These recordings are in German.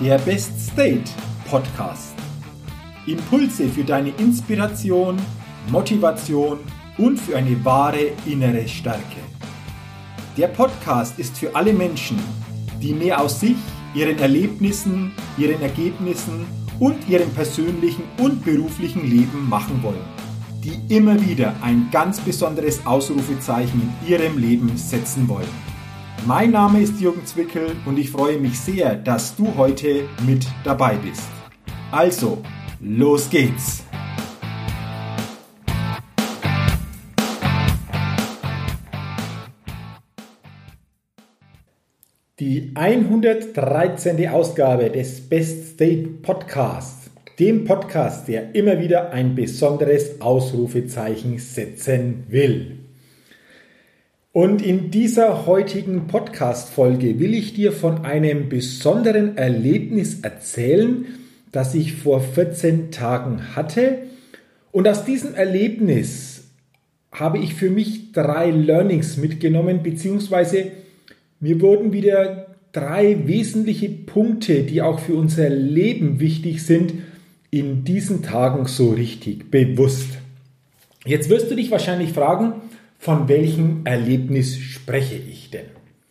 der Best State Podcast. Impulse für deine Inspiration, Motivation und für eine wahre innere Stärke. Der Podcast ist für alle Menschen, die mehr aus sich, ihren Erlebnissen, ihren Ergebnissen und ihrem persönlichen und beruflichen Leben machen wollen, die immer wieder ein ganz besonderes Ausrufezeichen in ihrem Leben setzen wollen. Mein Name ist Jürgen Zwickel und ich freue mich sehr, dass du heute mit dabei bist. Also, los geht's! Die 113. Ausgabe des Best State Podcasts, dem Podcast, der immer wieder ein besonderes Ausrufezeichen setzen will. Und in dieser heutigen Podcast-Folge will ich dir von einem besonderen Erlebnis erzählen, das ich vor 14 Tagen hatte. Und aus diesem Erlebnis habe ich für mich 3 Learnings mitgenommen, beziehungsweise mir wurden wieder 3 wesentliche Punkte, die auch für unser Leben wichtig sind, in diesen Tagen so richtig bewusst. Jetzt wirst du dich wahrscheinlich fragen, von welchem Erlebnis spreche ich denn?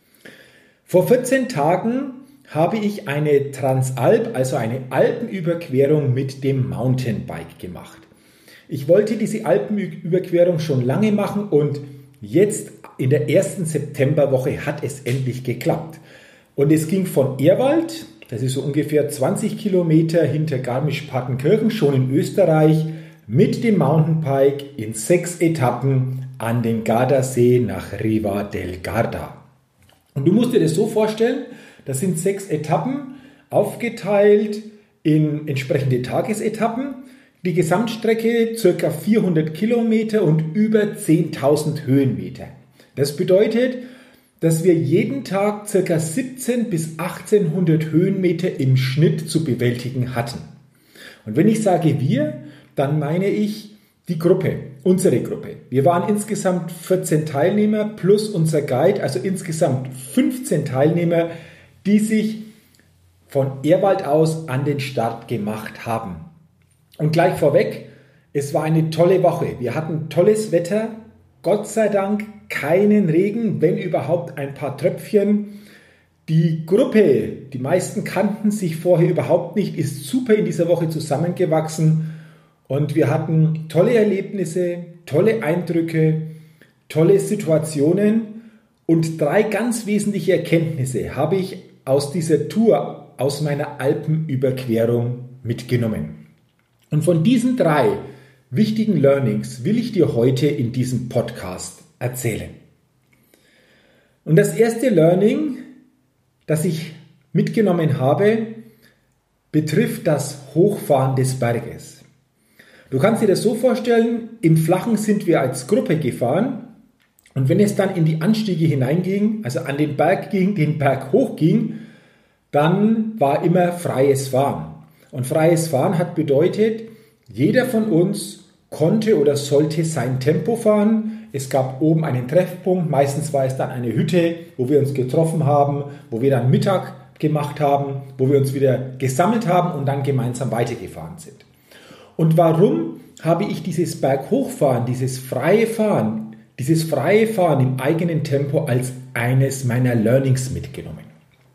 Vor 14 Tagen habe ich eine Transalp, also eine Alpenüberquerung mit dem Mountainbike gemacht. Ich wollte diese Alpenüberquerung schon lange machen und jetzt in der ersten Septemberwoche hat es endlich geklappt. Und es ging von Ehrwald, das ist so ungefähr 20 Kilometer hinter Garmisch-Partenkirchen, schon in Österreich, mit dem Mountainbike in 6 Etappen an den Gardasee nach Riva del Garda. Und du musst dir das so vorstellen, das sind 6 Etappen, aufgeteilt in entsprechende Tagesetappen. Die Gesamtstrecke ca. 400 Kilometer und über 10.000 Höhenmeter. Das bedeutet, dass wir jeden Tag ca. 17 bis 1800 Höhenmeter im Schnitt zu bewältigen hatten. Und wenn ich sage wir, dann meine ich die Gruppe, unsere Gruppe. Wir waren insgesamt 14 Teilnehmer plus unser Guide, also insgesamt 15 Teilnehmer, die sich von Ehrwald aus an den Start gemacht haben. Und gleich vorweg, es war eine tolle Woche. Wir hatten tolles Wetter, Gott sei Dank keinen Regen, wenn überhaupt ein paar Tröpfchen. Die Gruppe, die meisten kannten sich vorher überhaupt nicht, ist super in dieser Woche zusammengewachsen und wir hatten tolle Erlebnisse, tolle Eindrücke, tolle Situationen und 3 ganz wesentliche Erkenntnisse habe ich aus dieser Tour, aus meiner Alpenüberquerung mitgenommen. Und von diesen 3 wichtigen Learnings will ich dir heute in diesem Podcast erzählen. Und das erste Learning, das ich mitgenommen habe, betrifft das Hochfahren des Berges. Du kannst dir das so vorstellen, im Flachen sind wir als Gruppe gefahren und wenn es dann in die Anstiege hineinging, also an den Berg ging, den Berg hochging, dann war immer freies Fahren. Und freies Fahren hat bedeutet, jeder von uns konnte oder sollte sein Tempo fahren. Es gab oben einen Treffpunkt, meistens war es dann eine Hütte, wo wir uns getroffen haben, wo wir dann Mittag gemacht haben, wo wir uns wieder gesammelt haben und dann gemeinsam weitergefahren sind. Und warum habe ich dieses Berghochfahren, dieses freie Fahren im eigenen Tempo als eines meiner Learnings mitgenommen?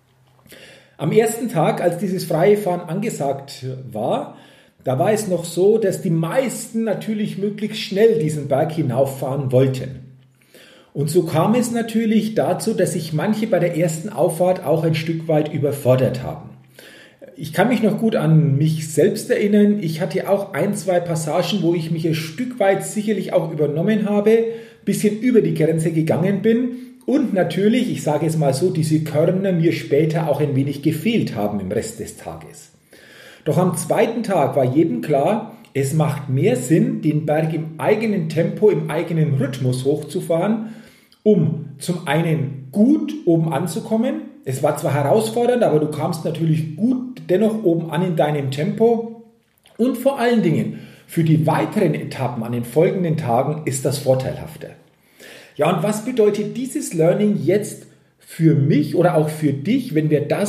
Am ersten Tag, als dieses freie Fahren angesagt war, da war es noch so, dass die meisten natürlich möglichst schnell diesen Berg hinauffahren wollten. Und so kam es natürlich dazu, dass sich manche bei der ersten Auffahrt auch ein Stück weit überfordert haben. Ich kann mich noch gut an mich selbst erinnern. Ich hatte auch 1, 2 Passagen, wo ich mich ein Stück weit sicherlich auch übernommen habe, ein bisschen über die Grenze gegangen bin und natürlich, ich sage es mal so, diese Körner mir später auch ein wenig gefehlt haben im Rest des Tages. Doch am zweiten Tag war jedem klar, es macht mehr Sinn, den Berg im eigenen Tempo, im eigenen Rhythmus hochzufahren, um zum einen gut oben anzukommen. Es war zwar herausfordernd, aber du kamst natürlich gut dennoch oben an in deinem Tempo. Und vor allen Dingen, für die weiteren Etappen an den folgenden Tagen ist das vorteilhafter. Ja, und was bedeutet dieses Learning jetzt für mich oder auch für dich, wenn wir das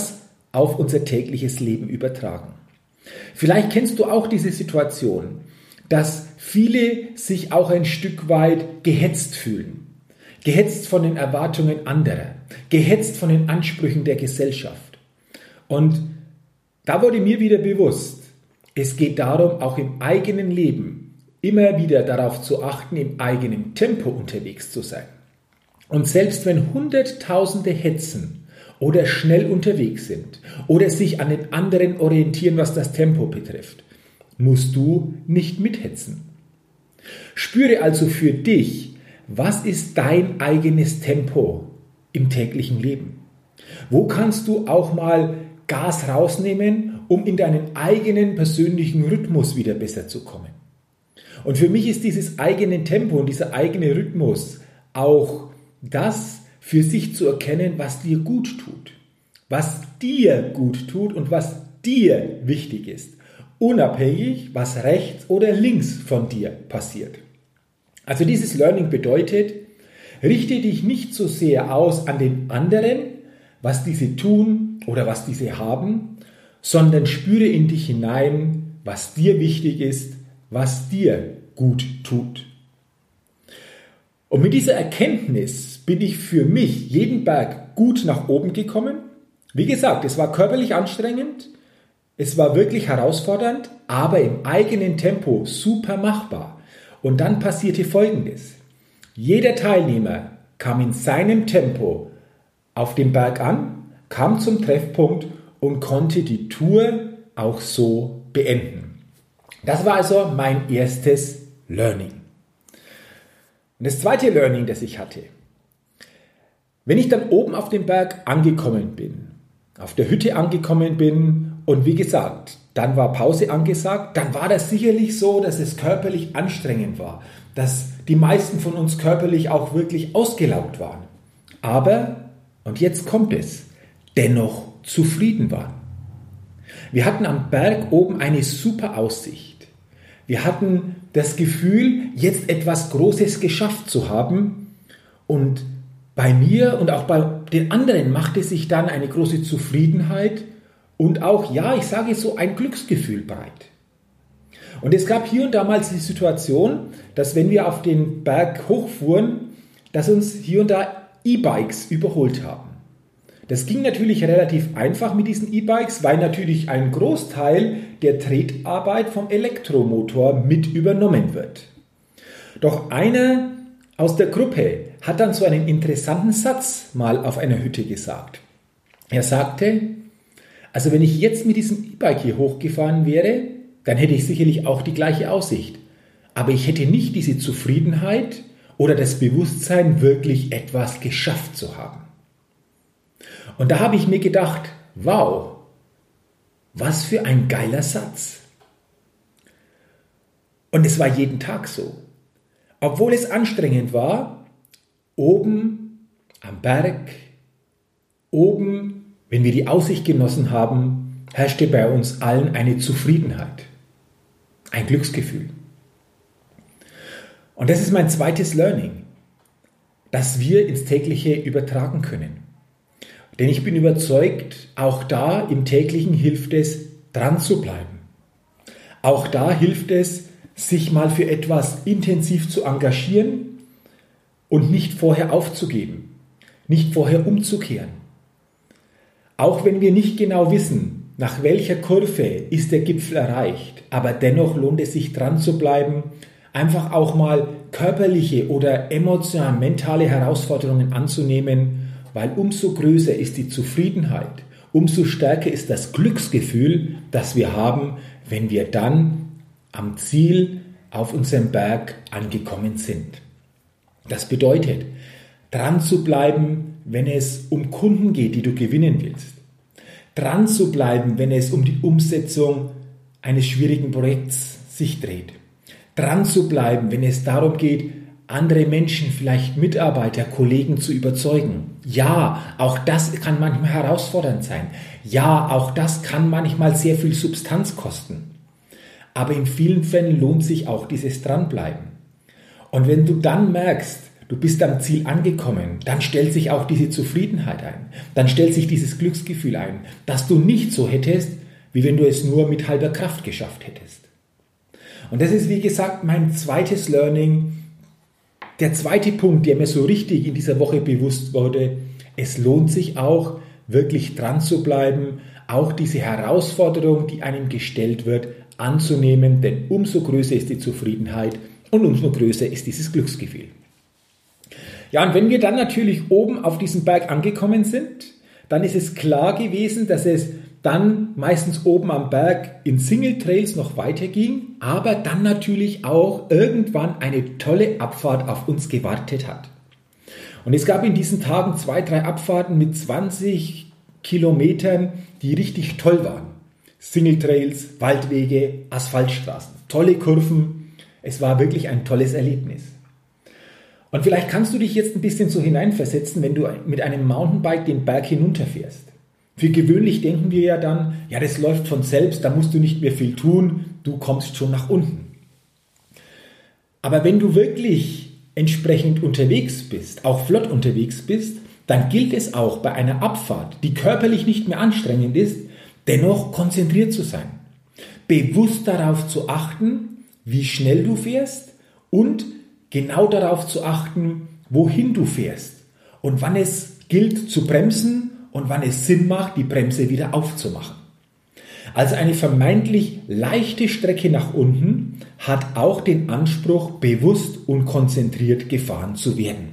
auf unser tägliches Leben übertragen. Vielleicht kennst du auch diese Situation, dass viele sich auch ein Stück weit gehetzt fühlen. Gehetzt von den Erwartungen anderer, gehetzt von den Ansprüchen der Gesellschaft. Und da wurde mir wieder bewusst, es geht darum, auch im eigenen Leben immer wieder darauf zu achten, im eigenen Tempo unterwegs zu sein. Und selbst wenn Hunderttausende hetzen oder schnell unterwegs sind oder sich an den anderen orientieren, was das Tempo betrifft, musst du nicht mithetzen. Spüre also für dich, was ist dein eigenes Tempo im täglichen Leben? Wo kannst du auch mal Gas rausnehmen, um in deinen eigenen persönlichen Rhythmus wieder besser zu kommen? Und für mich ist dieses eigene Tempo und dieser eigene Rhythmus auch das für sich zu erkennen, was dir gut tut. Was dir gut tut und was dir wichtig ist. Unabhängig, was rechts oder links von dir passiert. Also dieses Learning bedeutet, richte dich nicht so sehr aus an den anderen, was diese tun oder was diese haben, sondern spüre in dich hinein, was dir wichtig ist, was dir gut tut. Und mit dieser Erkenntnis bin ich für mich jeden Berg gut nach oben gekommen. Wie gesagt, es war körperlich anstrengend, es war wirklich herausfordernd, aber im eigenen Tempo super machbar. Und dann passierte Folgendes. Jeder Teilnehmer kam in seinem Tempo auf dem Berg an, kam zum Treffpunkt und konnte die Tour auch so beenden. Das war also mein erstes Learning. Und das zweite Learning, das ich hatte, wenn ich dann oben auf dem Berg angekommen bin, auf der Hütte angekommen bin und wie gesagt, dann war Pause angesagt, dann war das sicherlich so, dass es körperlich anstrengend war, dass die meisten von uns körperlich auch wirklich ausgelaugt waren. Aber, und jetzt kommt es, dennoch zufrieden waren. Wir hatten am Berg oben eine super Aussicht. Wir hatten das Gefühl, jetzt etwas Großes geschafft zu haben und bei mir und auch bei den anderen machte sich dann eine große Zufriedenheit und auch, ja, ich sage so, ein Glücksgefühl breit. Und es gab hier und damals die Situation, dass wenn wir auf den Berg hochfuhren, dass uns hier und da E-Bikes überholt haben. Das ging natürlich relativ einfach mit diesen E-Bikes, weil natürlich ein Großteil der Tretarbeit vom Elektromotor mit übernommen wird. Doch einer aus der Gruppe hat dann so einen interessanten Satz mal auf einer Hütte gesagt. Er sagte, also wenn ich jetzt mit diesem E-Bike hier hochgefahren wäre, dann hätte ich sicherlich auch die gleiche Aussicht. Aber ich hätte nicht diese Zufriedenheit oder das Bewusstsein, wirklich etwas geschafft zu haben. Und da habe ich mir gedacht, wow, was für ein geiler Satz. Und es war jeden Tag so. Obwohl es anstrengend war, oben am Berg, oben, wenn wir die Aussicht genossen haben, herrschte bei uns allen eine Zufriedenheit, ein Glücksgefühl. Und das ist mein zweites Learning, das wir ins tägliche übertragen können. Denn ich bin überzeugt, auch da im täglichen hilft es, dran zu bleiben. Auch da hilft es, sich mal für etwas intensiv zu engagieren und nicht vorher aufzugeben, nicht vorher umzukehren. Auch wenn wir nicht genau wissen, nach welcher Kurve ist der Gipfel erreicht, aber dennoch lohnt es sich dran zu bleiben, einfach auch mal körperliche oder emotional mentale Herausforderungen anzunehmen, weil umso größer ist die Zufriedenheit, umso stärker ist das Glücksgefühl, das wir haben, wenn wir dann am Ziel auf unserem Berg angekommen sind. Das bedeutet, dran zu bleiben, wenn es um Kunden geht, die du gewinnen willst. Dran zu bleiben, wenn es um die Umsetzung eines schwierigen Projekts sich dreht. Dran zu bleiben, wenn es darum geht, andere Menschen, vielleicht Mitarbeiter, Kollegen zu überzeugen. Ja, auch das kann manchmal herausfordernd sein. Ja, auch das kann manchmal sehr viel Substanz kosten. Aber in vielen Fällen lohnt sich auch dieses Dranbleiben. Und wenn du dann merkst, du bist am Ziel angekommen, dann stellt sich auch diese Zufriedenheit ein, dann stellt sich dieses Glücksgefühl ein, das du nicht so hättest, wie wenn du es nur mit halber Kraft geschafft hättest. Und das ist, wie gesagt, mein zweites Learning. Der zweite Punkt, der mir so richtig in dieser Woche bewusst wurde: Es lohnt sich auch, wirklich dran zu bleiben, auch diese Herausforderung, die einem gestellt wird, anzunehmen, denn umso größer ist die Zufriedenheit und umso größer ist dieses Glücksgefühl. Ja, und wenn wir dann natürlich oben auf diesem Berg angekommen sind, dann ist es klar gewesen, dass es dann meistens oben am Berg in Single Trails noch weiterging, aber dann natürlich auch irgendwann eine tolle Abfahrt auf uns gewartet hat. Und es gab in diesen Tagen 2, 3 Abfahrten mit 20 Kilometern, die richtig toll waren. Single Trails, Waldwege, Asphaltstraßen, tolle Kurven. Es war wirklich ein tolles Erlebnis. Und vielleicht kannst du dich jetzt ein bisschen so hineinversetzen, wenn du mit einem Mountainbike den Berg hinunterfährst. Für gewöhnlich denken wir ja dann, ja, das läuft von selbst, da musst du nicht mehr viel tun, du kommst schon nach unten. Aber wenn du wirklich entsprechend unterwegs bist, auch flott unterwegs bist, dann gilt es auch bei einer Abfahrt, die körperlich nicht mehr anstrengend ist, dennoch konzentriert zu sein. Bewusst darauf zu achten, wie schnell du fährst und genau darauf zu achten, wohin du fährst und wann es gilt zu bremsen und wann es Sinn macht, die Bremse wieder aufzumachen. Also eine vermeintlich leichte Strecke nach unten hat auch den Anspruch, bewusst und konzentriert gefahren zu werden.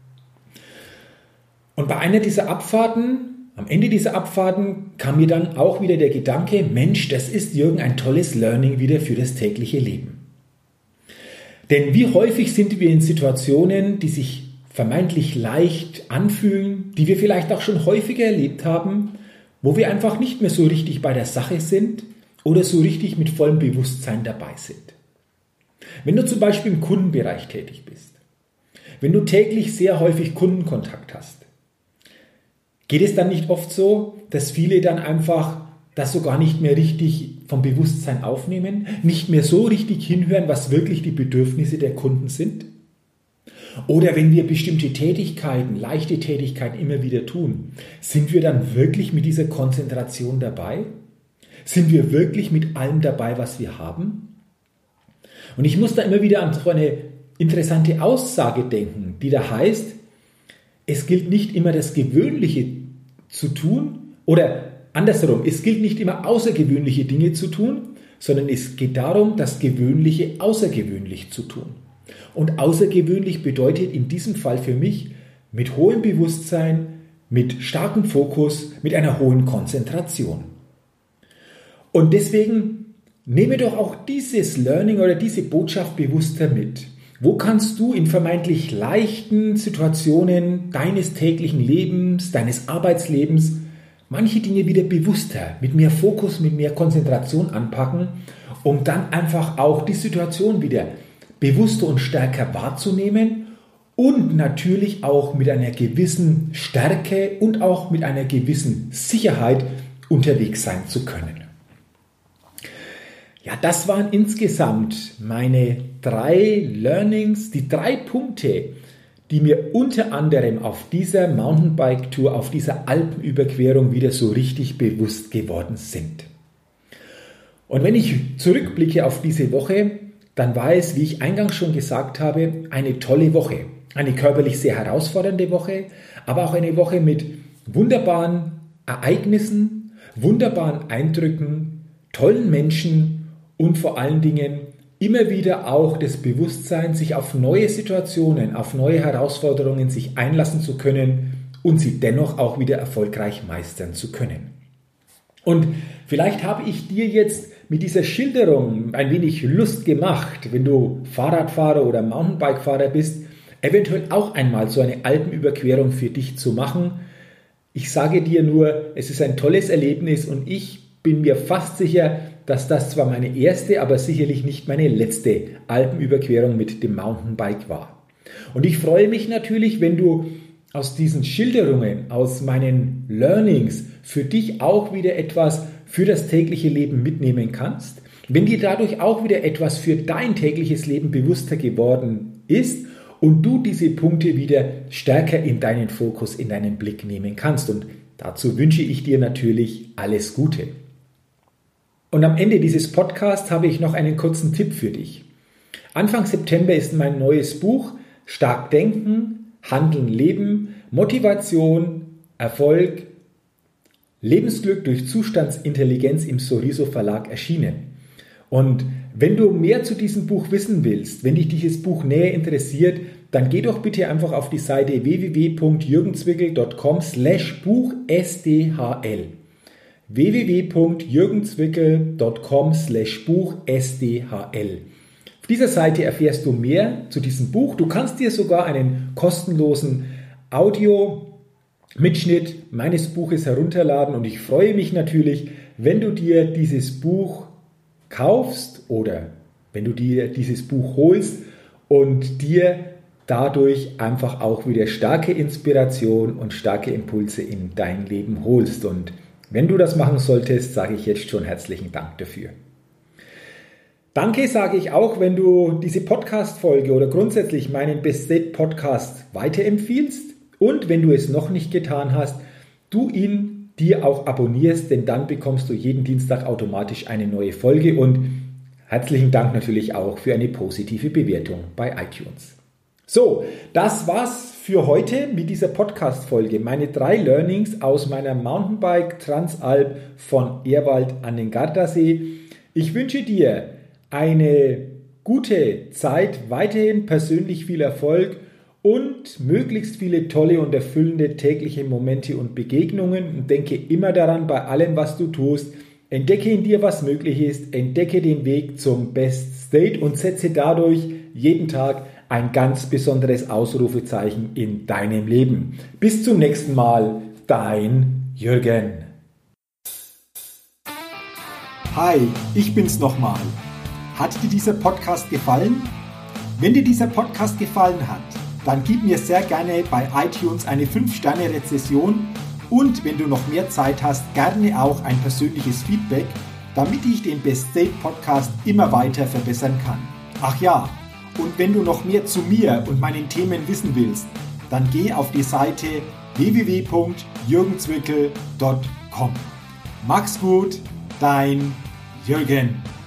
Und bei einer dieser Abfahrten, am Ende dieser Abfahrten, kam mir dann auch wieder der Gedanke, Mensch, das ist Jürgen ein tolles Learning wieder für das tägliche Leben. Denn wie häufig sind wir in Situationen, die sich vermeintlich leicht anfühlen, die wir vielleicht auch schon häufiger erlebt haben, wo wir einfach nicht mehr so richtig bei der Sache sind oder so richtig mit vollem Bewusstsein dabei sind. Wenn du zum Beispiel im Kundenbereich tätig bist, wenn du täglich sehr häufig Kundenkontakt hast, geht es dann nicht oft so, dass viele dann einfach das so gar nicht mehr richtig vom Bewusstsein aufnehmen, nicht mehr so richtig hinhören, was wirklich die Bedürfnisse der Kunden sind? Oder wenn wir bestimmte Tätigkeiten, leichte Tätigkeiten immer wieder tun, sind wir dann wirklich mit dieser Konzentration dabei? Sind wir wirklich mit allem dabei, was wir haben? Und ich muss da immer wieder an so eine interessante Aussage denken, die da heißt, es gilt nicht immer das Gewöhnliche zu tun oder andersherum, es gilt nicht immer außergewöhnliche Dinge zu tun, sondern es geht darum, das Gewöhnliche außergewöhnlich zu tun. Und außergewöhnlich bedeutet in diesem Fall für mich mit hohem Bewusstsein, mit starkem Fokus, mit einer hohen Konzentration. Und deswegen nehme doch auch dieses Learning oder diese Botschaft bewusster mit. Wo kannst du in vermeintlich leichten Situationen deines täglichen Lebens, deines Arbeitslebens manche Dinge wieder bewusster, mit mehr Fokus, mit mehr Konzentration anpacken, um dann einfach auch die Situation wieder bewusster und stärker wahrzunehmen und natürlich auch mit einer gewissen Stärke und auch mit einer gewissen Sicherheit unterwegs sein zu können. Ja, das waren insgesamt meine 3 Learnings, die 3 Punkte, die mir unter anderem auf dieser Mountainbike-Tour, auf dieser Alpenüberquerung wieder so richtig bewusst geworden sind. Und wenn ich zurückblicke auf diese Woche, dann war es, wie ich eingangs schon gesagt habe, eine tolle Woche. Eine körperlich sehr herausfordernde Woche, aber auch eine Woche mit wunderbaren Ereignissen, wunderbaren Eindrücken, tollen Menschen und vor allen Dingen immer wieder auch das Bewusstsein, sich auf neue Situationen, auf neue Herausforderungen sich einlassen zu können und sie dennoch auch wieder erfolgreich meistern zu können. Und vielleicht habe ich dir jetzt mit dieser Schilderung ein wenig Lust gemacht, wenn du Fahrradfahrer oder Mountainbike-Fahrer bist, eventuell auch einmal so eine Alpenüberquerung für dich zu machen. Ich sage dir nur, es ist ein tolles Erlebnis und ich bin mir fast sicher, dass das zwar meine erste, aber sicherlich nicht meine letzte Alpenüberquerung mit dem Mountainbike war. Und ich freue mich natürlich, wenn du aus diesen Schilderungen, aus meinen Learnings für dich auch wieder etwas für das tägliche Leben mitnehmen kannst, wenn dir dadurch auch wieder etwas für dein tägliches Leben bewusster geworden ist und du diese Punkte wieder stärker in deinen Fokus, in deinen Blick nehmen kannst. Und dazu wünsche ich dir natürlich alles Gute. Und am Ende dieses Podcasts habe ich noch einen kurzen Tipp für dich. Anfang September ist mein neues Buch Stark Denken, Handeln, Leben, Motivation, Erfolg, Lebensglück durch Zustandsintelligenz im Soriso Verlag erschienen. Und wenn du mehr zu diesem Buch wissen willst, wenn dich dieses Buch näher interessiert, dann geh doch bitte einfach auf die Seite www.jürgenzwickel.com/buch-SDHL. www.jürgenzwickel.com/buch-SDHL. Auf dieser Seite erfährst du mehr zu diesem Buch. Du kannst dir sogar einen kostenlosen Audio-Mitschnitt meines Buches herunterladen und ich freue mich natürlich, wenn du dir dieses Buch kaufst oder wenn du dir dieses Buch holst und dir dadurch einfach auch wieder starke Inspiration und starke Impulse in dein Leben holst. Und wenn du das machen solltest, sage ich jetzt schon herzlichen Dank dafür. Danke sage ich auch, wenn du diese Podcast-Folge oder grundsätzlich meinen Best State Podcast weiterempfiehlst und wenn du es noch nicht getan hast, du ihn dir auch abonnierst, denn dann bekommst du jeden Dienstag automatisch eine neue Folge und herzlichen Dank natürlich auch für eine positive Bewertung bei iTunes. So, das war's für heute mit dieser Podcast-Folge. Meine 3 Learnings aus meiner Mountainbike Transalp von Ehrwald an den Gardasee. Ich wünsche dir eine gute Zeit, weiterhin persönlich viel Erfolg und möglichst viele tolle und erfüllende tägliche Momente und Begegnungen. Und denke immer daran, bei allem, was du tust, entdecke in dir, was möglich ist, entdecke den Weg zum Best State und setze dadurch jeden Tag ein ganz besonderes Ausrufezeichen in deinem Leben. Bis zum nächsten Mal, dein Jürgen. Hi, ich bin's nochmal. Hat dir dieser Podcast gefallen? Wenn dir dieser Podcast gefallen hat, dann gib mir sehr gerne bei iTunes eine 5-Sterne-Rezession und wenn du noch mehr Zeit hast, gerne auch ein persönliches Feedback, damit ich den Best State Podcast immer weiter verbessern kann. Ach ja, und wenn du noch mehr zu mir und meinen Themen wissen willst, dann geh auf die Seite www.jürgenzwickel.com. Mach's gut, dein Jürgen.